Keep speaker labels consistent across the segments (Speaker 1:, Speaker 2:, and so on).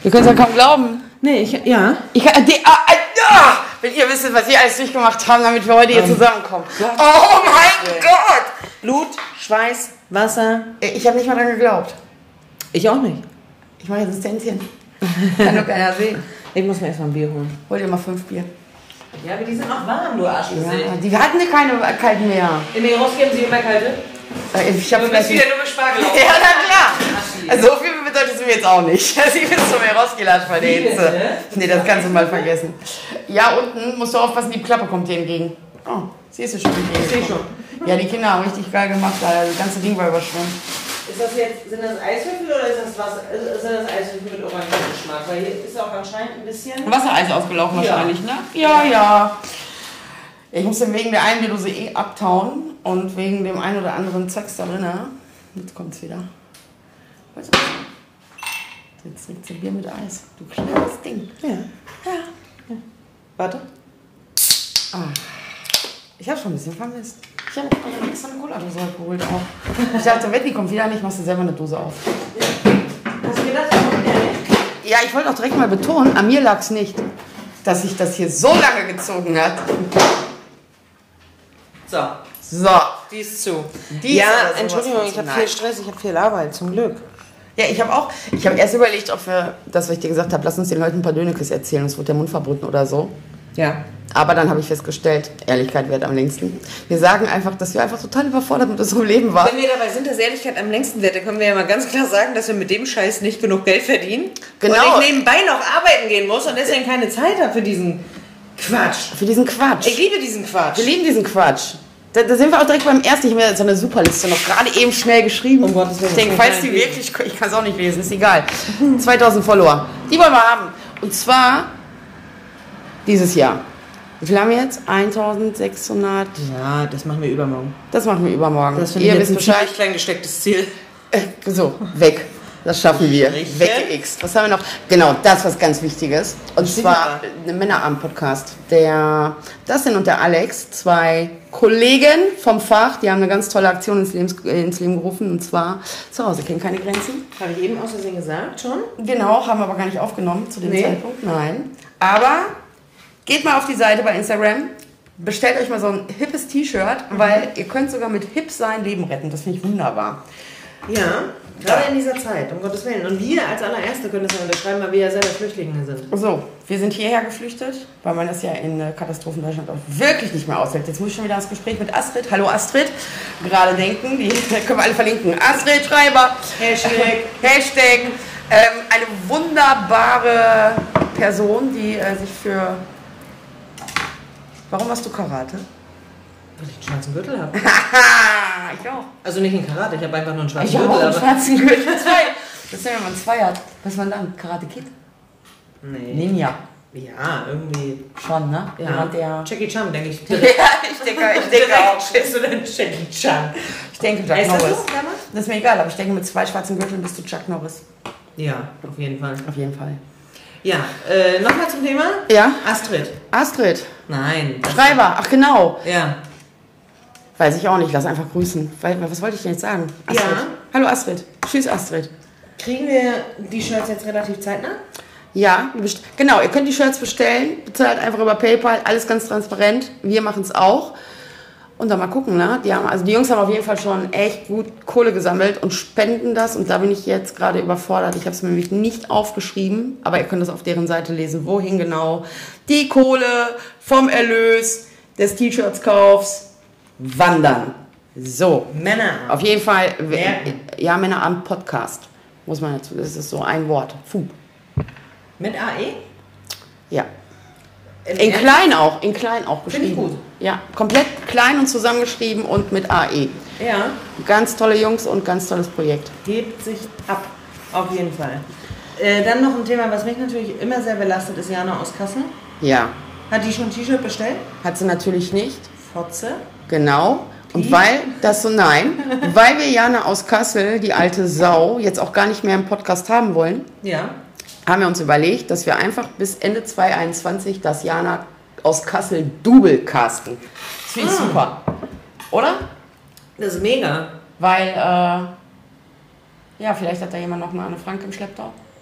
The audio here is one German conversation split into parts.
Speaker 1: Ihr könnt es ja kaum glauben.
Speaker 2: Nee, ja.
Speaker 1: Wenn ihr wisst, was wir alles durchgemacht haben, damit wir heute hier zusammenkommen. Oh mein Gott!
Speaker 2: Blut, Schweiß, Wasser.
Speaker 1: Ich habe nicht mal dran geglaubt.
Speaker 2: Ich auch nicht.
Speaker 1: Ich mache jetzt ein Ständchen. Kann doch keiner sehen.
Speaker 2: Ich muss mir erstmal ein Bier holen.
Speaker 1: Hol dir mal 5 Bier.
Speaker 2: Ja, aber die sind noch warm, du Arschgesicht.
Speaker 1: Ja, die hatten keine kalten mehr.
Speaker 2: In den Rost geben sie immer kalte?
Speaker 1: Ich hab
Speaker 2: Du bist wieder nur mit Spargel.
Speaker 1: Ja, na klar. Also so viel bedeutest du mir jetzt auch nicht. Also ich bin zum Eroski-Latsch bei der Hitze. Nee, das kannst du mal vergessen. Ja, unten musst du aufpassen, die Klappe kommt dir entgegen. Oh, siehst du schon.
Speaker 2: Ich sehe schon.
Speaker 1: Ja, die Kinder haben richtig geil gemacht, das ganze Ding war überschwemmt.
Speaker 2: Sind das Eiswürfel oder ist das Wasser? Sind das Eiswürfel mit Orangengeschmack? Weil hier ist auch anscheinend ein bisschen
Speaker 1: Wassereis ausgelaufen
Speaker 2: Ja.
Speaker 1: wahrscheinlich, ne? Ja. Ich muss dann wegen der einen Dose abtauen und wegen dem einen oder anderen Zacks da drin. Jetzt kommt's wieder. Jetzt trinkt sie Bier mit Eis. Du kleines Ding.
Speaker 2: Ja. Warte.
Speaker 1: Ich habe schon ein bisschen vermisst. Ich habe extra eine Cola-Dose geholt auch. Ich dachte, wenn die kommt wieder nicht, machst du selber eine Dose auf.
Speaker 2: Hast du gedacht, das kommt der nicht?
Speaker 1: Ja, ich wollte auch direkt mal betonen, an mir lag es nicht, dass sich das hier so lange gezogen hat. So.
Speaker 2: Die ist zu.
Speaker 1: Die ist aber sowas
Speaker 2: Entschuldigung,
Speaker 1: von
Speaker 2: ich
Speaker 1: zu
Speaker 2: habe
Speaker 1: nein.
Speaker 2: viel Stress, ich habe viel Arbeit, zum Glück.
Speaker 1: Ja, ich habe erst überlegt, ob wir das, was ich dir gesagt habe, lass uns den Leuten ein paar Dönekes erzählen, uns wird der Mund verboten oder so.
Speaker 2: Ja.
Speaker 1: Aber dann habe ich festgestellt, Ehrlichkeit währt am längsten. Wir sagen einfach, dass wir einfach total überfordert mit unserem Leben waren.
Speaker 2: Wenn wir dabei sind, dass Ehrlichkeit am längsten wird, dann können wir ja mal ganz klar sagen, dass wir mit dem Scheiß nicht genug Geld verdienen.
Speaker 1: Genau.
Speaker 2: Und ich nebenbei noch arbeiten gehen muss und deswegen keine Zeit habe für diesen Quatsch.
Speaker 1: Für diesen Quatsch.
Speaker 2: Ich liebe diesen Quatsch.
Speaker 1: Wir lieben diesen Quatsch. Da sind wir auch direkt beim ersten. Ich habe mir so eine Superliste noch gerade eben schnell geschrieben.
Speaker 2: Um Gottes Willen,
Speaker 1: Ich denke,
Speaker 2: das
Speaker 1: falls
Speaker 2: kann
Speaker 1: die
Speaker 2: ich
Speaker 1: wirklich, ich kann es auch nicht lesen, ist egal. 2000 Follower. Die wollen wir haben. Und zwar dieses Jahr. Wie viel haben wir jetzt? 1600.
Speaker 2: Ja, das machen wir übermorgen.
Speaker 1: Das machen wir übermorgen.
Speaker 2: Das finde
Speaker 1: Ihr
Speaker 2: ich
Speaker 1: wisst
Speaker 2: jetzt ein
Speaker 1: Bescheid.
Speaker 2: ziemlich klein gestecktes Ziel.
Speaker 1: So, weg. Das schaffen wir.
Speaker 2: Richtig.
Speaker 1: Weggeixt. Was haben wir noch? Genau, das was ganz Wichtiges. Und zwar ein Männerabend-Podcast. Der Dustin und der Alex, 2 Kollegen vom Fach, die haben eine ganz tolle Aktion ins Leben gerufen. Und zwar, zu Hause kennen keine Grenzen.
Speaker 2: Habe ich eben aus Versehen gesagt schon?
Speaker 1: Genau, haben wir aber gar nicht aufgenommen zu dem Zeitpunkt. Nein. Aber geht mal auf die Seite bei Instagram. Bestellt euch mal so ein hippes T-Shirt, weil ihr könnt sogar mit hip sein Leben retten. Das finde ich wunderbar.
Speaker 2: Ja, gerade in dieser Zeit, um Gottes Willen. Und wir als allererste können das ja unterschreiben, weil wir ja selber Flüchtlinge sind.
Speaker 1: So, wir sind hierher geflüchtet, weil man das ja in Katastrophen Deutschland auch wirklich nicht mehr aushält. Jetzt muss ich schon wieder das Gespräch mit Astrid, hallo Astrid, gerade denken, die können wir alle verlinken. Astrid Schreiber, Hashtag, eine wunderbare Person, die sich für... Warum machst du Karate?
Speaker 2: Weil ich einen schwarzen Gürtel habe.
Speaker 1: Haha, ich auch.
Speaker 2: Also nicht in Karate, ich habe einfach nur einen schwarzen
Speaker 1: Ich habe
Speaker 2: Gürtel.
Speaker 1: auch einen schwarzen Gürtel. Das ist ja, wenn man 2 hat. Was man dann? Karate Kid?
Speaker 2: Nee.
Speaker 1: Ninja.
Speaker 2: Ja, irgendwie.
Speaker 1: Schon, ne?
Speaker 2: Ja.
Speaker 1: Jemand, der...
Speaker 2: Jackie Chan, denke ich.
Speaker 1: Ja, ich denke auch.
Speaker 2: Bist du denn Jackie Chan?
Speaker 1: Ich denke Chuck
Speaker 2: Ist das
Speaker 1: Norris.
Speaker 2: so, damals?
Speaker 1: Das ist mir egal, aber ich denke, mit 2 schwarzen Gürteln bist du Chuck Norris.
Speaker 2: Ja, auf jeden Fall.
Speaker 1: Auf jeden Fall.
Speaker 2: Ja, nochmal zum Thema.
Speaker 1: Ja?
Speaker 2: Astrid.
Speaker 1: Astrid.
Speaker 2: Nein.
Speaker 1: Schreiber. Ach, genau.
Speaker 2: Ja.
Speaker 1: Weiß ich auch nicht. Lass einfach grüßen. Was wollte ich denn jetzt sagen? Astrid.
Speaker 2: Ja.
Speaker 1: Hallo Astrid. Tschüss Astrid.
Speaker 2: Kriegen wir die Shirts jetzt relativ zeitnah?
Speaker 1: Ja, genau. Ihr könnt die Shirts bestellen. Bezahlt einfach über PayPal. Alles ganz transparent. Wir machen es auch. Und dann mal gucken, ne? Die Jungs haben auf jeden Fall schon echt gut Kohle gesammelt und spenden das. Und da bin ich jetzt gerade überfordert. Ich habe es mir nämlich nicht aufgeschrieben, aber ihr könnt das auf deren Seite lesen, wohin genau die Kohle vom Erlös des T-Shirts-Kaufs wandern. So.
Speaker 2: Männer.
Speaker 1: Auf jeden Fall,
Speaker 2: Merken.
Speaker 1: ja, Männerabend-Podcast. Muss man dazu, das ist so ein Wort. Fuh.
Speaker 2: Mit AE?
Speaker 1: Ja. In klein auch geschrieben.
Speaker 2: Finde ich gut.
Speaker 1: Ja, komplett klein und zusammengeschrieben und mit AE.
Speaker 2: Ja.
Speaker 1: Ganz tolle Jungs und ganz tolles Projekt.
Speaker 2: Hebt sich ab. Auf jeden Fall. Dann noch ein Thema, was mich natürlich immer sehr belastet, ist Jana aus Kassel.
Speaker 1: Ja,
Speaker 2: Hat die schon ein T-Shirt bestellt?
Speaker 1: hat sie natürlich nicht.
Speaker 2: Fotze.
Speaker 1: Genau. Und
Speaker 2: Die?
Speaker 1: weil weil wir Jana aus Kassel, die alte Sau, jetzt auch gar nicht mehr im Podcast haben wollen,
Speaker 2: Ja.
Speaker 1: haben wir uns überlegt, dass wir einfach bis Ende 2021 das Jana aus Kassel Double casten. Das finde ich super. Oder?
Speaker 2: Das ist mega.
Speaker 1: Weil, ja, vielleicht hat da jemand noch mal Anne Frank im Schlepptau.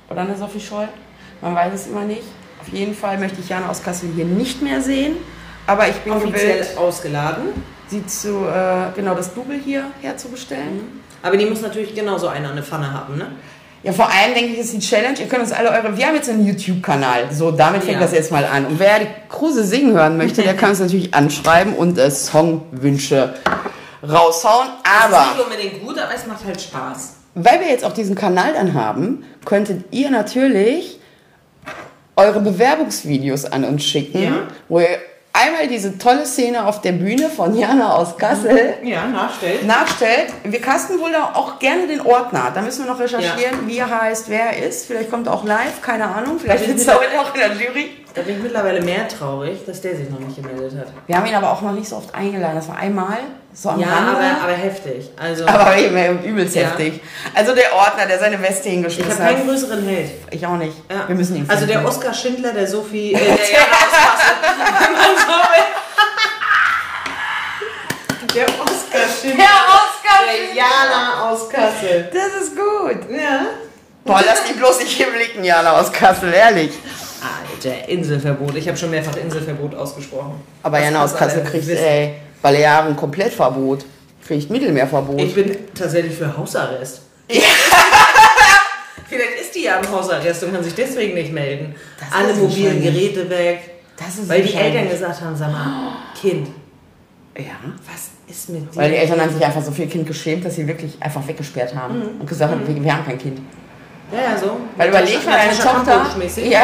Speaker 1: oder eine Sophie Scholl. Man weiß es immer nicht. Auf jeden Fall möchte ich Jana aus Kassel hier nicht mehr sehen. Aber ich bin
Speaker 2: offiziell
Speaker 1: gewillt,
Speaker 2: ausgeladen.
Speaker 1: sie zu, genau das Double hier herzubestellen.
Speaker 2: Aber die muss natürlich genauso eine Pfanne haben, ne?
Speaker 1: Ja, vor allem denke ich, ist die Challenge, ihr könnt uns alle wir haben jetzt einen YouTube-Kanal, so, damit fängt das jetzt mal an. Und wer die Kruse singen hören möchte, der kann uns natürlich anschreiben und Songwünsche raushauen. Aber
Speaker 2: das ist nicht unbedingt gut, aber es macht halt Spaß.
Speaker 1: Weil wir jetzt auch diesen Kanal dann haben, könntet ihr natürlich eure Bewerbungsvideos an uns schicken, wo ihr einmal diese tolle Szene auf der Bühne von Jana aus Kassel nachstellt. Wir casten wohl auch gerne den Ordner. Da müssen wir noch recherchieren, wie er heißt, wer er ist. Vielleicht kommt er auch live, keine Ahnung. Vielleicht sitzt er auch in der Jury.
Speaker 2: Da bin ich mittlerweile mehr traurig, dass der sich noch nicht gemeldet hat.
Speaker 1: Wir haben ihn aber auch noch nicht so oft eingeladen. Das war einmal so am Rande.
Speaker 2: Aber heftig. Also,
Speaker 1: aber eben übelst heftig. Also der Ordner, der seine Weste hingeschmissen hat.
Speaker 2: Ich habe keinen größeren Held.
Speaker 1: Ich auch nicht.
Speaker 2: Ja.
Speaker 1: Wir müssen ihn finden.
Speaker 2: Also der Oskar Schindler, der Sophie, der Jana aus Kassel. Wenn man so will. Der Oskar Schindler. Der Jana aus Kassel.
Speaker 1: Das ist gut.
Speaker 2: Ja.
Speaker 1: Boah, lass die bloß nicht hier blicken, Jana aus Kassel, ehrlich.
Speaker 2: Alter, Inselverbot. Ich habe schon mehrfach Inselverbot ausgesprochen.
Speaker 1: Aber Jana aus Kassel kriegt, Balearen Komplettverbot. Kriegt Mittelmeerverbot.
Speaker 2: Ich bin tatsächlich für Hausarrest.
Speaker 1: Ja.
Speaker 2: Vielleicht ist die ja im Hausarrest und kann sich deswegen nicht melden. Alle mobilen Geräte weg. Weil die Eltern gesagt haben, sag mal, Kind.
Speaker 1: Ja.
Speaker 2: Was ist mit dir?
Speaker 1: Weil die Eltern haben sich einfach so viel Kind geschämt, dass sie wirklich einfach weggesperrt haben. Und gesagt haben, wir haben kein Kind.
Speaker 2: Ja, so.
Speaker 1: Weil überleg mal, deine Tochter... Ja.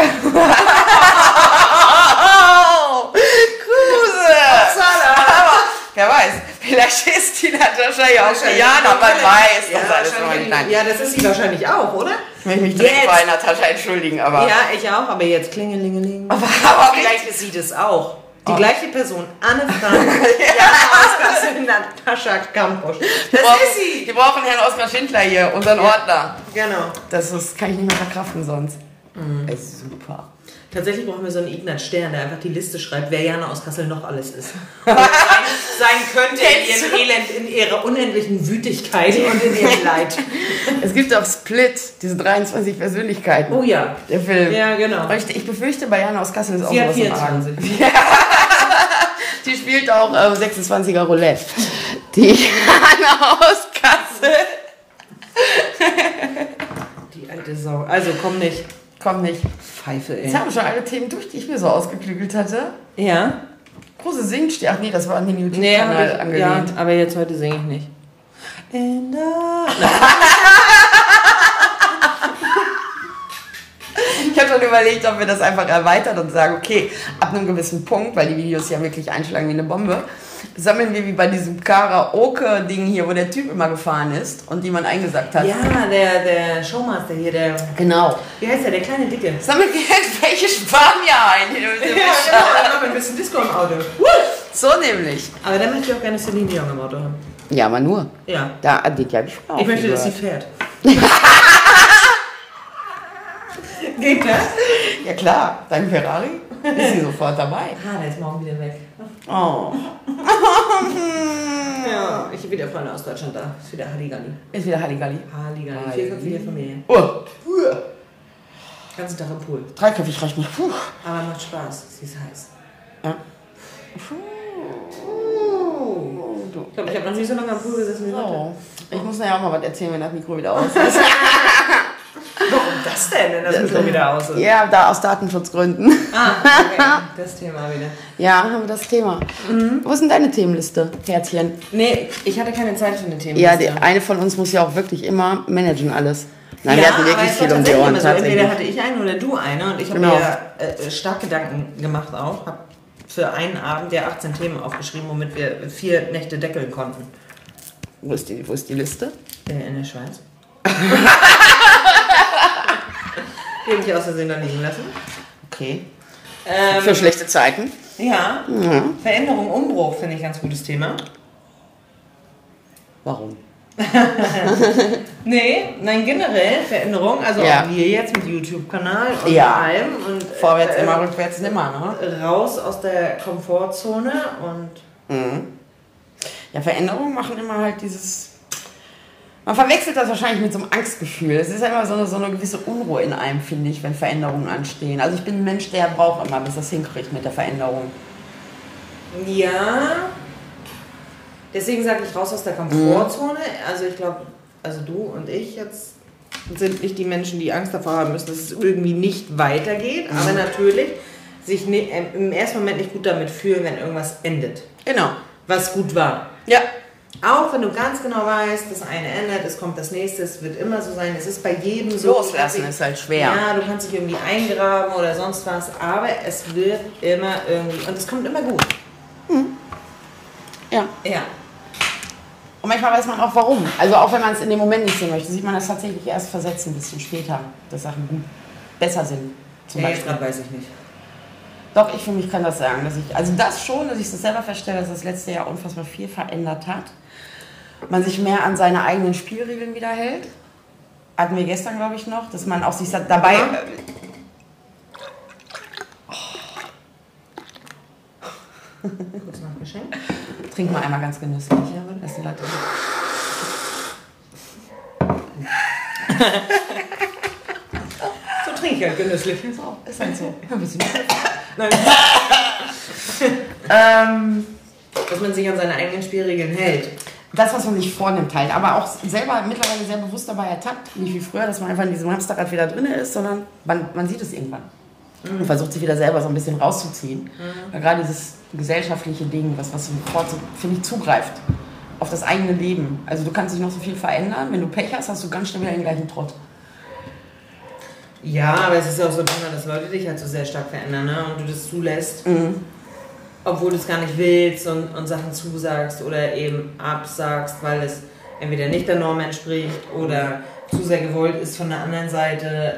Speaker 1: Kruse! Aber wer weiß, vielleicht ist die Natascha ja auch Jana, man weiß das alles noch nicht. Nein.
Speaker 2: Ja, das ist sie wahrscheinlich auch, oder?
Speaker 1: Ich möchte mich direkt bei Natascha entschuldigen, aber...
Speaker 2: Ja, ich auch, aber jetzt klingelingeling.
Speaker 1: Aber
Speaker 2: vielleicht ist sie das auch. Die gleiche Person, Anne Frank, Jana aus Kassel, Natascha Kampusch. Das ist sie!
Speaker 1: Die brauchen Herrn Oskar Schindler hier, unseren Ordner.
Speaker 2: Genau.
Speaker 1: Das kann ich nicht mehr verkraften sonst. Das ist super.
Speaker 2: Tatsächlich brauchen wir so einen Ignaz Stern, der einfach die Liste schreibt, wer Jana aus Kassel noch alles ist. sein könnte in ihrem Elend, in ihrer unendlichen Wütigkeit und in ihrem Leid.
Speaker 1: Es gibt auch Split, diese 23 Persönlichkeiten.
Speaker 2: Oh ja.
Speaker 1: Der Film.
Speaker 2: Ja, genau.
Speaker 1: Ich befürchte, bei Jana aus Kassel ist auch
Speaker 2: Sie hat
Speaker 1: sowas
Speaker 2: 24.
Speaker 1: Die spielt auch 26er Roulette. Die Jana aus Kassel.
Speaker 2: Die alte Sau. Also komm nicht.
Speaker 1: Komm nicht.
Speaker 2: Pfeife, ey.
Speaker 1: Jetzt haben wir schon alle Themen durch, die ich mir so ausgeklügelt hatte.
Speaker 2: Ja.
Speaker 1: Große Singt. Ach nee, das war an den YouTube-Kanal angelehnt.
Speaker 2: Ja, aber jetzt heute singe ich nicht.
Speaker 1: Ich habe schon überlegt, ob wir das einfach erweitern und sagen, okay, ab einem gewissen Punkt, weil die Videos ja wirklich einschlagen wie eine Bombe, sammeln wir wie bei diesem Karaoke-Ding hier, wo der Typ immer gefahren ist und jemand eingesagt hat.
Speaker 2: Ja, der Showmaster hier, der...
Speaker 1: Genau.
Speaker 2: Wie heißt der kleine Dicke?
Speaker 1: Sammeln wir irgendwelche Spanier ein.
Speaker 2: Ja, genau, dann haben wir ein bisschen Disco im Auto.
Speaker 1: So nämlich.
Speaker 2: Aber dann möchte ich auch gerne Celine Dion im Auto haben.
Speaker 1: Ja, aber nur.
Speaker 2: Ja.
Speaker 1: Da geht ja die Frau.
Speaker 2: Ich möchte, dass sie fährt. Geht das?
Speaker 1: Ja klar, dein Ferrari ist sie sofort dabei.
Speaker 2: Der ist morgen wieder weg.
Speaker 1: Oh.
Speaker 2: Ja, ich bin wieder Freunde aus Deutschland da. Ist wieder Halligalli.
Speaker 1: Ist wieder Halligalli.
Speaker 2: Halligalli. Vierköpfige Familie. Ganzen Tag im Pool.
Speaker 1: Dreiköpfig reicht nicht. Puh.
Speaker 2: Aber macht Spaß. Sie ist heiß.
Speaker 1: Ja.
Speaker 2: Ich glaube, ich habe noch nie so lange am Pool gesessen wie heute.
Speaker 1: Oh. Ich muss nachher auch mal was erzählen, wenn das Mikro wieder aus ist.
Speaker 2: Warum das denn, wenn das Mikro wieder aus ist?
Speaker 1: Ja, da aus Datenschutzgründen.
Speaker 2: Okay. Das Thema wieder.
Speaker 1: Ja, haben wir das Thema. Wo ist denn deine Themenliste, Herzchen?
Speaker 2: Nee, ich hatte keine Zeit für eine Themenliste.
Speaker 1: Ja, eine von uns muss ja auch wirklich immer managen alles. Nein,
Speaker 2: ja,
Speaker 1: wir hatten wirklich viel um die Ohren.
Speaker 2: So, entweder hatte ich eine oder du eine und ich habe
Speaker 1: Genau.
Speaker 2: mir stark Gedanken gemacht auch. Habe für einen Abend der 18 Themen aufgeschrieben, womit wir 4 Nächte deckeln konnten.
Speaker 1: Wo ist die Liste?
Speaker 2: In der Schweiz. Die habe ich aus Versehen da liegen lassen.
Speaker 1: Okay. Für schlechte Zeiten.
Speaker 2: Ja. Veränderung, Umbruch finde ich ein ganz gutes Thema.
Speaker 1: Warum?
Speaker 2: Nein, generell Veränderung. Also auch wir jetzt mit YouTube-Kanal und allem. Und,
Speaker 1: vorwärts immer, rückwärts nimmer, ne?
Speaker 2: Raus aus der Komfortzone und...
Speaker 1: Ja, Veränderungen machen immer halt dieses Man verwechselt das wahrscheinlich mit so einem Angstgefühl. Es ist ja immer so eine gewisse Unruhe in einem, finde ich, wenn Veränderungen anstehen. Also ich bin ein Mensch, der braucht immer, bis das hinkriegt mit der Veränderung.
Speaker 2: Ja, deswegen sage ich raus aus der Komfortzone. Also ich glaube, also du und ich jetzt sind nicht die Menschen, die Angst davor haben müssen, dass es irgendwie nicht weitergeht. Aber natürlich sich im ersten Moment nicht gut damit fühlen, wenn irgendwas endet.
Speaker 1: Genau.
Speaker 2: Was gut war.
Speaker 1: Ja.
Speaker 2: Auch wenn du ganz genau weißt, das eine ändert, es kommt das nächste, es wird immer so sein, es ist bei jedem so.
Speaker 1: Loslassen ist halt schwer.
Speaker 2: Ja, du kannst dich irgendwie eingraben oder sonst was, aber es wird immer irgendwie, und es kommt immer gut.
Speaker 1: Ja.
Speaker 2: Ja.
Speaker 1: Und manchmal weiß man auch warum. Also auch wenn man es in dem Moment nicht sehen möchte, sieht man das tatsächlich erst versetzt ein bisschen später, dass Sachen gut besser sind. Zum
Speaker 2: Jetzt
Speaker 1: Beispiel.
Speaker 2: gerade weiß ich nicht.
Speaker 1: Doch, ich für mich kann das sagen, dass ich, also das schon, dass ich das selber feststelle, dass das letzte Jahr unfassbar viel verändert hat. Man sich mehr an seine eigenen Spielregeln wieder hält. Hatten wir gestern, glaube ich, noch, dass man auch sich dabei...
Speaker 2: Kurz nachgeschenkt.
Speaker 1: Trink mal einmal ganz genüsslich. Ja, dass die Leute...
Speaker 2: So trinke ich halt genüsslich.
Speaker 1: Ist halt so.
Speaker 2: Nein. Dass man sich an seine eigenen Spielregeln hält.
Speaker 1: Das, was man sich vornimmt halt, aber auch selber mittlerweile sehr bewusst dabei ertappt, nicht wie früher, dass man einfach in diesem Hamsterrad wieder drin ist, sondern man sieht es irgendwann. Und versucht sich wieder selber so ein bisschen rauszuziehen. Weil gerade dieses gesellschaftliche Ding, was sofort, finde ich, zugreift auf das eigene Leben. Also du kannst dich noch so viel verändern, wenn du Pech hast, hast du ganz schnell wieder den gleichen Trott.
Speaker 2: Ja, aber es ist ja auch so, dass Leute dich halt so sehr stark verändern, ne? Und du das zulässt, obwohl du es gar nicht willst und Sachen zusagst oder eben absagst, weil es entweder nicht der Norm entspricht oder zu sehr gewollt ist von der anderen Seite.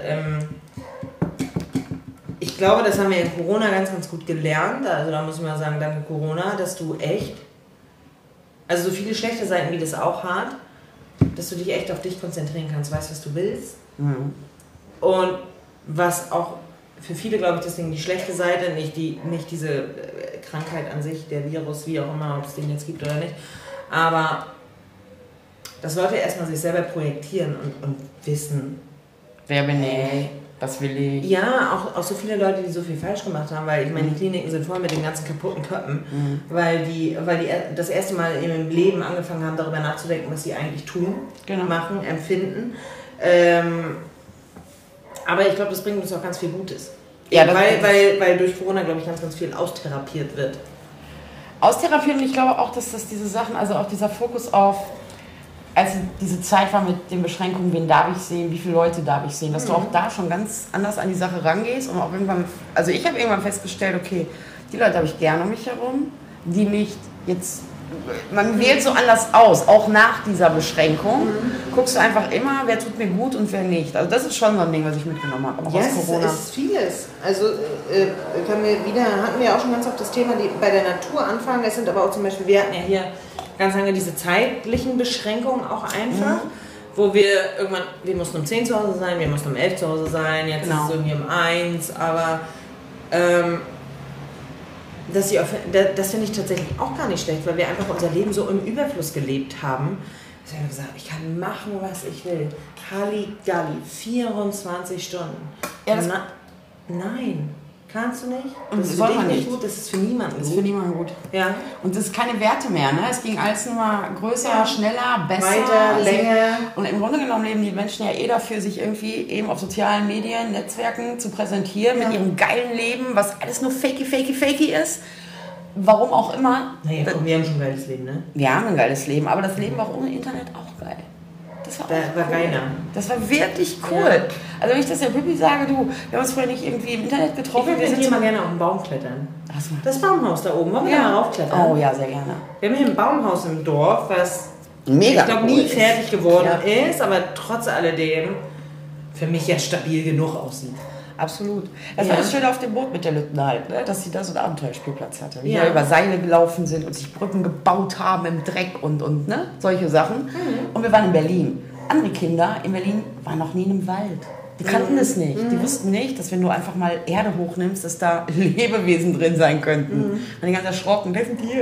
Speaker 2: Ich glaube, das haben wir in Corona ganz, ganz gut gelernt. Also da muss ich mal sagen, danke Corona, dass du echt, also so viele schlechte Seiten wie das auch hat, dass du dich echt auf dich konzentrieren kannst, weißt, was du willst. Und was auch für viele, glaube ich, deswegen die schlechte Seite, nicht diese Krankheit an sich, der Virus, wie auch immer, ob es den jetzt gibt oder nicht, aber dass Leute erstmal sich selber projektieren und wissen,
Speaker 1: wer bin ich? Was will ich?
Speaker 2: Ja, auch so viele Leute, die so viel falsch gemacht haben, weil ich meine, die Kliniken sind voll mit den ganzen kaputten Köpfen, weil die das erste Mal in ihrem Leben angefangen haben, darüber nachzudenken, was sie eigentlich tun, machen, empfinden. Aber ich glaube, das bringt uns auch ganz viel Gutes. Ja, weil durch Corona, glaube ich, ganz, ganz viel austherapiert wird.
Speaker 1: Austherapieren, und ich glaube auch, dass das diese Sachen, also auch dieser Fokus auf, als diese Zeit war mit den Beschränkungen, wen darf ich sehen, wie viele Leute darf ich sehen, dass du auch da schon ganz anders an die Sache rangehst und auch irgendwann, also ich habe irgendwann festgestellt, okay, die Leute habe ich gerne um mich herum, die nicht jetzt, man wählt so anders aus, auch nach dieser Beschränkung, guckst du einfach immer, wer tut mir gut und wer nicht. Also das ist schon so ein Ding, was ich mitgenommen habe, auch aus Corona.
Speaker 2: Ja, es ist vieles. Also hatten wir auch schon ganz oft das Thema, die bei der Natur anfangen, es sind aber auch zum Beispiel, wir hatten ja hier ganz lange diese zeitlichen Beschränkungen auch einfach, wo wir irgendwann, wir mussten um 10 zu Hause sein, wir mussten um 11 zu Hause sein, jetzt ist es irgendwie um 1, aber das finde ich tatsächlich auch gar nicht schlecht, weil wir einfach unser Leben so im Überfluss gelebt haben. Ich habe gesagt, ich kann machen, was ich will. Halligalli, 24 Stunden. Ja, nein. Kannst du nicht?
Speaker 1: Und
Speaker 2: das ist
Speaker 1: soll
Speaker 2: für dich
Speaker 1: man
Speaker 2: nicht gut, das ist für niemanden gut.
Speaker 1: Das ist für niemanden gut.
Speaker 2: Ja.
Speaker 1: Und das ist keine Werte mehr, ne? Es ging alles nur größer, schneller, besser.
Speaker 2: Weiter, länger.
Speaker 1: Und im Grunde genommen leben die Menschen ja dafür, sich irgendwie eben auf sozialen Medien, Netzwerken zu präsentieren mit ihrem geilen Leben, was alles nur fakey ist. Warum auch immer.
Speaker 2: Naja, wir haben schon ein geiles Leben, ne?
Speaker 1: Wir haben ein geiles Leben, aber das Leben war auch ohne Internet auch geil. Das war
Speaker 2: cool. Geiler.
Speaker 1: Das war wirklich cool. Ja. Also wenn ich das ja Pippi sage, wir haben uns vorher nicht irgendwie im Internet getroffen.
Speaker 2: Wir sind hier mal gerne auf dem Baum klettern. Das Baumhaus da oben, wollen wir da mal raufklettern?
Speaker 1: Oh ja, sehr gerne.
Speaker 2: Wir haben hier ein Baumhaus im Dorf, was
Speaker 1: mega
Speaker 2: ich glaube nie fertig geworden ist, aber trotz alledem für mich ja stabil genug aussieht.
Speaker 1: Absolut. Das war das Schöne auf dem Boot mit der Lütten halt, ne? Dass sie da so einen Abenteuerspielplatz hatte. Wie wir über Seile gelaufen sind und sich Brücken gebaut haben im Dreck und ne? Solche Sachen. Und wir waren in Berlin. Andere Kinder in Berlin waren noch nie in einem Wald. Die kannten es nicht. Die wussten nicht, dass wenn du einfach mal Erde hochnimmst, dass da Lebewesen drin sein könnten. Und die ganz erschrocken, wer sind die hier?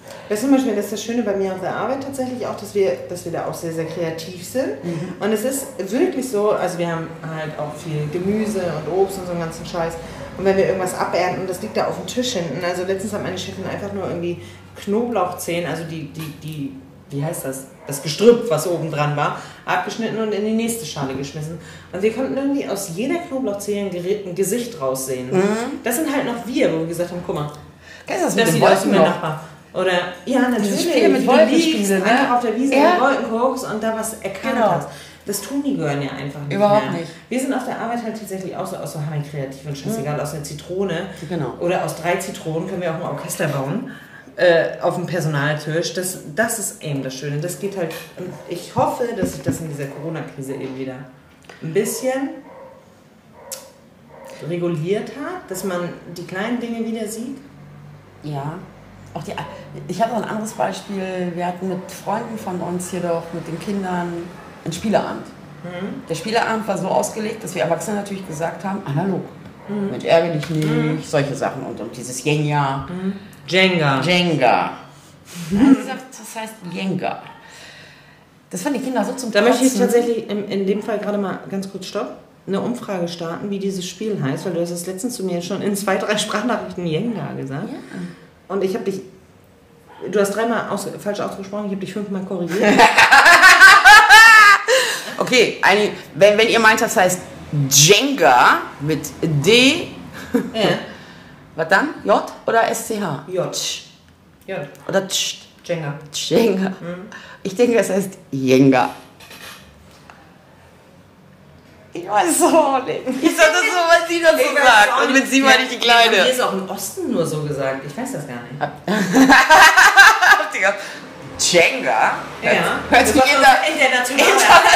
Speaker 2: Das ist zum Beispiel das, ist das Schöne bei mir auf der Arbeit tatsächlich auch, dass wir da auch sehr, sehr kreativ sind. Und es ist wirklich so, also wir haben halt auch viel Gemüse und Obst und so einen ganzen Scheiß. Und wenn wir irgendwas abernten, das liegt da auf dem Tisch hinten. Also letztens hat meine Chefin einfach nur irgendwie Knoblauchzehen, also wie heißt das? Das Gestrüpp, was oben dran war, abgeschnitten und in die nächste Schale geschmissen. Und wir konnten irgendwie aus jeder Knoblauchzehe ein Gesicht raussehen. Das sind halt noch wir, wo wir gesagt haben, guck mal,
Speaker 1: Das
Speaker 2: sieht aus wie mein Nachbar. Oder, ja, natürlich,
Speaker 1: Spiel mit Wolkenspiele, ne?
Speaker 2: einfach auf der Wiese mit Wolken guckst und da was erkannt hast. Das tun die Gören ja einfach nicht
Speaker 1: Überhaupt
Speaker 2: mehr.
Speaker 1: nicht.
Speaker 2: Wir sind auf der Arbeit halt tatsächlich auch so kreativ und scheißegal, aus einer Zitrone oder aus 3 Zitronen können wir auch ein Orchester bauen. Auf dem Personaltisch. Das ist eben das Schöne. Das geht halt, ich hoffe, dass sich das in dieser Corona-Krise eben wieder ein bisschen reguliert hat, dass man die kleinen Dinge wieder sieht.
Speaker 1: Ja. Auch ich habe noch ein anderes Beispiel. Wir hatten mit Freunden von uns hier doch mit den Kindern einen Spieleabend. Der Spieleabend war so ausgelegt, dass wir Erwachsene natürlich gesagt haben, analog. Mensch, ärgere dich nicht, solche Sachen und dieses Jenga. Jenga. Das heißt Jenga. Das fanden die Kinder so zum
Speaker 2: Da möchte ich
Speaker 1: Kotzen.
Speaker 2: tatsächlich in dem Fall gerade mal ganz kurz eine Umfrage starten, wie dieses Spiel heißt, weil du hast es letztens zu mir schon in 2, 3 Sprachnachrichten Jenga gesagt. Ja. Und ich habe dich, du hast 3-mal falsch ausgesprochen, ich habe dich 5-mal korrigiert.
Speaker 1: Okay, wenn ihr meint, das heißt Jenga mit D, was dann? J oder SCH?
Speaker 2: J.
Speaker 1: Oder Tsch.
Speaker 2: Jenga.
Speaker 1: Jenga. Ich denke, es heißt Jenga. Ich weiß es auch nicht. Ich sag das so, weil sie das so sagt. Und mit sie meine ich die Kleine.
Speaker 2: Hier ist auch im Osten nur so gesagt. Ich weiß das gar nicht.
Speaker 1: Jenga?
Speaker 2: Ja.
Speaker 1: Hört sich international.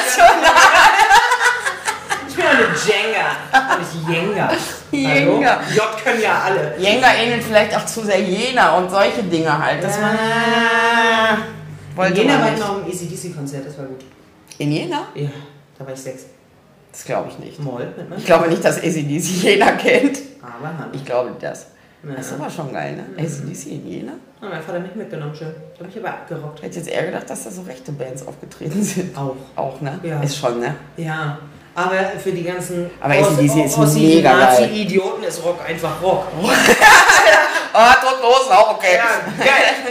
Speaker 2: Ich bin eine Jenga, nicht Jenga.
Speaker 1: Jenga.
Speaker 2: J können ja alle.
Speaker 1: Jenga ähnelt vielleicht auch zu sehr Jena und solche Dinge halt. Dass man,
Speaker 2: in Jena war ich noch im AC/DC-Konzert, das war gut.
Speaker 1: In Jena?
Speaker 2: Ja, da war ich 6.
Speaker 1: Das glaube ich nicht.
Speaker 2: Moll,
Speaker 1: ich glaube nicht, dass AC/DC Jena kennt.
Speaker 2: Aber
Speaker 1: ich glaube das.
Speaker 2: Ja.
Speaker 1: Das ist aber schon geil, ne? AC/DC in Jena?
Speaker 2: Oh, mein Vater hat mich mitgenommen, schön. Da habe ich aber abgerockt.
Speaker 1: Ich hätte jetzt eher gedacht, dass da so rechte Bands aufgetreten sind.
Speaker 2: Auch,
Speaker 1: ne?
Speaker 2: Ja.
Speaker 1: Ist schon, ne?
Speaker 2: Ja. Aber für die ganzen
Speaker 1: AC/DC ist mega geil.
Speaker 2: Nazi-Idioten ist Rock einfach Rock.
Speaker 1: Toten Hosen auch okay.
Speaker 2: Ja,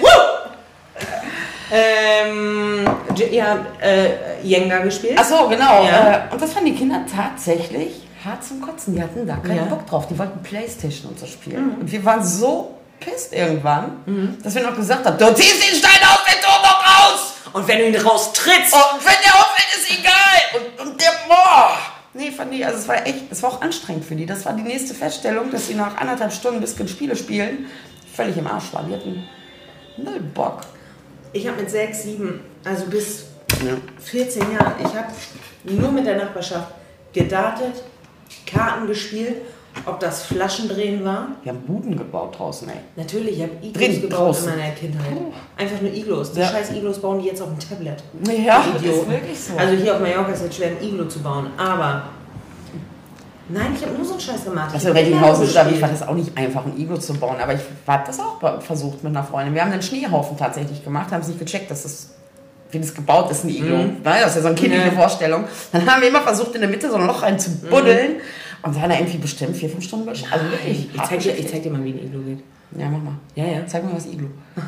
Speaker 2: geil. Jenga gespielt.
Speaker 1: Ach so, genau.
Speaker 2: Ja.
Speaker 1: Und das fanden die Kinder tatsächlich hart zum Kotzen. Die hatten da keinen Bock drauf. Die wollten Playstation und so spielen. Und wir waren so pisst irgendwann, dass wir noch gesagt haben, du ziehst den Stein aus dem Turm noch raus!
Speaker 2: Und wenn du ihn raustrittst!
Speaker 1: Und wenn der auffällt, ist egal! Und der, boah! Nee, fand ich, also es war auch anstrengend für die. Das war die nächste Feststellung, dass sie nach 1,5 Stunden bis Spiele spielen, völlig im Arsch waren. Die hatten null Bock.
Speaker 2: Ich habe mit 6, 7, also bis 14 Jahren, ich habe nur mit der Nachbarschaft gedartet, Karten gespielt, ob das Flaschendrehen war.
Speaker 1: Wir haben Buden gebaut draußen, ey.
Speaker 2: Natürlich, ich habe Iglos gebaut in meiner Kindheit. Einfach nur Iglos. Die scheiß Iglos bauen die jetzt auf dem Tablet.
Speaker 1: Ja, das ist wirklich so.
Speaker 2: Also hier auf Mallorca ist es schwer, ein Iglo zu bauen. Aber nein, ich habe nur so einen Scheiß gemacht.
Speaker 1: Also in Recklinghausen war das auch nicht einfach, ein Iglo zu bauen. Aber ich habe das auch versucht mit einer Freundin. Wir haben einen Schneehaufen tatsächlich gemacht, haben es nicht gecheckt, dass das, wie das gebaut ist, ein Iglo. Das ist ja so eine kindliche Vorstellung. Dann haben wir immer versucht, in der Mitte so ein Loch reinzubuddeln. Und wir haben da irgendwie bestimmt 4-5 Stunden geschafft. Also wirklich.
Speaker 2: Ich zeig dir mal, wie ein Iglo geht.
Speaker 1: Ja, mach mal.
Speaker 2: Ja.
Speaker 1: Zeig mal, was Iglo.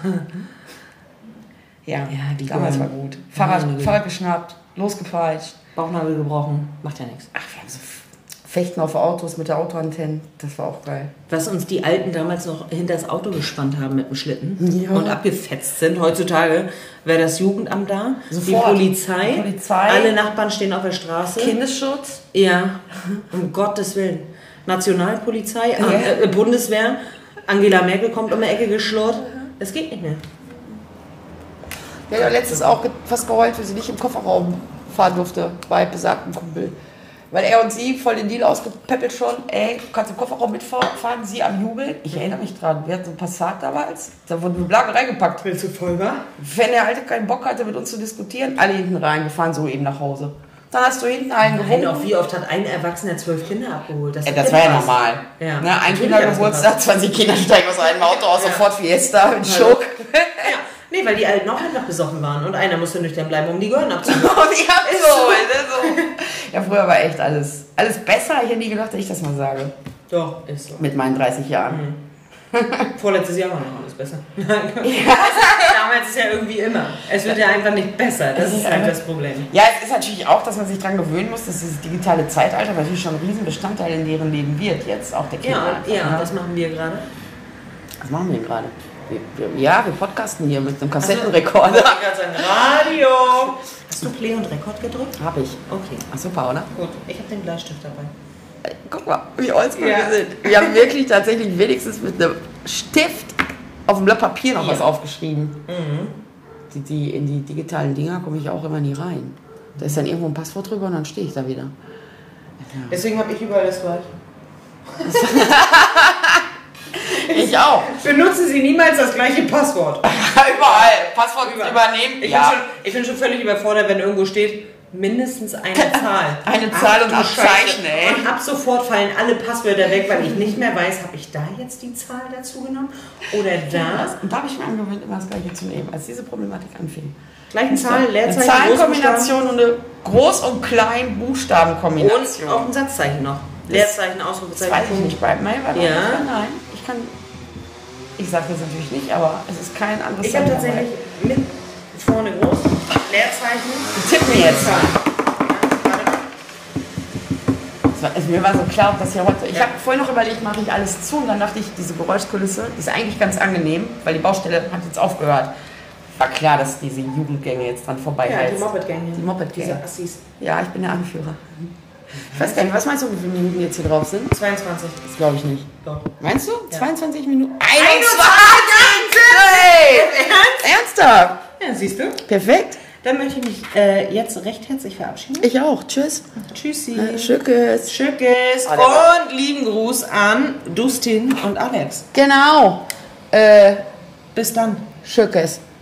Speaker 1: ja,
Speaker 2: die
Speaker 1: damals war gut. Fahrrad geschnappt, losgepeitscht.
Speaker 2: Bauchnabel gebrochen. Macht ja nichts.
Speaker 1: Ach, wir haben so Fechten auf Autos mit der Autoantennen. Das war auch geil.
Speaker 2: Was uns die Alten damals noch hinter das Auto gespannt haben mit dem Schlitten und abgefetzt sind. Heutzutage wäre das Jugendamt da,
Speaker 1: sofort.
Speaker 2: Die Polizei, alle Nachbarn stehen auf der Straße.
Speaker 1: Kindesschutz.
Speaker 2: Ja, um Gottes Willen. Nationalpolizei, Bundeswehr, Angela Merkel kommt um die Ecke geschlurrt. Es geht nicht mehr.
Speaker 1: Der hat ja letztens auch fast geheult, weil sie nicht im Kofferraum fahren durfte bei besagten Kumpel. Weil er und sie voll den Deal ausgepäppelt schon. Ey, du kannst im Kofferraum mitfahren, sie am Jubeln. Ich erinnere mich dran, wir hatten so ein Passat damals, da wurden wir Blagen reingepackt.
Speaker 2: Willst du Vollgas?
Speaker 1: Wenn der Alte keinen Bock hatte, mit uns zu diskutieren, alle hinten rein, wir fahren so eben nach Hause. Dann hast du hinten einen gewunken.
Speaker 2: Wie oft hat ein Erwachsener 12 Kinder abgeholt? Das
Speaker 1: war ja normal.
Speaker 2: Ja.
Speaker 1: Ne, ein Kindergeburtstag, 20 Kinder steigen aus einem Auto aus, sofort Fiesta mit Schock.
Speaker 2: Ja. Nee, weil die Alten auch einfach besoffen waren und einer musste nüchtern bleiben, um die Gehirn abzuholen.
Speaker 1: Ja, früher war echt alles besser. Ich hätte nie gedacht, dass ich das mal sage.
Speaker 2: Doch, ist so.
Speaker 1: Mit meinen 30 Jahren.
Speaker 2: Vorletztes Jahr war noch alles besser. Damals ist ja irgendwie immer. Es wird ja einfach nicht besser. Das ist halt das Problem.
Speaker 1: Ja, es ist natürlich auch, dass man sich daran gewöhnen muss, dass dieses digitale Zeitalter natürlich schon ein Riesenbestandteil in deren Leben wird. Jetzt auch der Kinder.
Speaker 2: Ja, was machen wir gerade?
Speaker 1: Was machen wir denn gerade? Wir podcasten hier mit einem Kassettenrekorder.
Speaker 2: Ich gerade sagen, Radio. Hast du Play und Rekord gedrückt?
Speaker 1: Hab ich.
Speaker 2: Okay.
Speaker 1: Ach super, oder?
Speaker 2: Gut, ich habe den Bleistift dabei.
Speaker 1: Guck mal, wie oldschool wir sind. Wir haben wirklich tatsächlich wenigstens mit einem Stift auf dem Blatt Papier noch was aufgeschrieben. In die digitalen Dinger komme ich auch immer nie rein. Da ist dann irgendwo ein Passwort drüber und dann stehe ich da wieder. Ja.
Speaker 2: Deswegen habe ich überall das gleiche.
Speaker 1: Ich auch.
Speaker 2: Benutzen Sie niemals das gleiche Passwort.
Speaker 1: Überall. Passwort übernehmen.
Speaker 2: Ich bin schon völlig überfordert, wenn irgendwo steht, mindestens eine Zahl.
Speaker 1: Eine Zahl und Abzeichen, ey.
Speaker 2: Und ab sofort fallen alle Passwörter weg, weil ich nicht mehr weiß, habe ich da jetzt die Zahl dazu genommen oder da?
Speaker 1: Und da habe ich mir angewöhnt, immer das Gleiche zu nehmen, als diese Problematik anfing.
Speaker 2: Gleichen Zahlen, Leerzeichen,
Speaker 1: eine Zahlenkombination und eine Groß- und Klein-Buchstabenkombination.
Speaker 2: Und auch ein Satzzeichen noch. Leerzeichen, Ausrufezeichen.
Speaker 1: Das weiß ich nicht. Bei Mail war
Speaker 2: ja.
Speaker 1: Nein, ich sage das natürlich nicht, aber es ist kein anderes.
Speaker 2: Ich habe tatsächlich mit vorne groß, Leerzeichen.
Speaker 1: Tipp mir jetzt. Mir war so klar, dass ja heute. Ich habe vorhin noch überlegt, mache ich alles zu und dann dachte ich, diese Geräuschkulisse die ist eigentlich ganz angenehm, weil die Baustelle hat jetzt aufgehört. War klar, dass diese Jugendgänge jetzt dran vorbei
Speaker 2: Ja, die Moped-Gänge.
Speaker 1: Die Moped-Gänge.
Speaker 2: Diese Assis.
Speaker 1: Ja, ich bin der Anführer. Ich weiß gar nicht, was meinst du, wie viele Minuten jetzt hier drauf sind?
Speaker 2: 22.
Speaker 1: Das glaube ich nicht.
Speaker 2: Doch.
Speaker 1: Meinst du?
Speaker 2: Ja.
Speaker 1: 22 Minuten?
Speaker 2: 21!
Speaker 1: Hey! Ernsthaft?
Speaker 2: Ja, siehst du?
Speaker 1: Perfekt.
Speaker 2: Dann möchte ich mich jetzt recht herzlich verabschieden.
Speaker 1: Ich auch. Tschüss.
Speaker 2: Tschüssi.
Speaker 1: Tschüss.
Speaker 2: Tschüss. Und lieben Gruß an Dustin und Alex.
Speaker 1: Genau.
Speaker 2: Bis dann.
Speaker 1: Tschüss.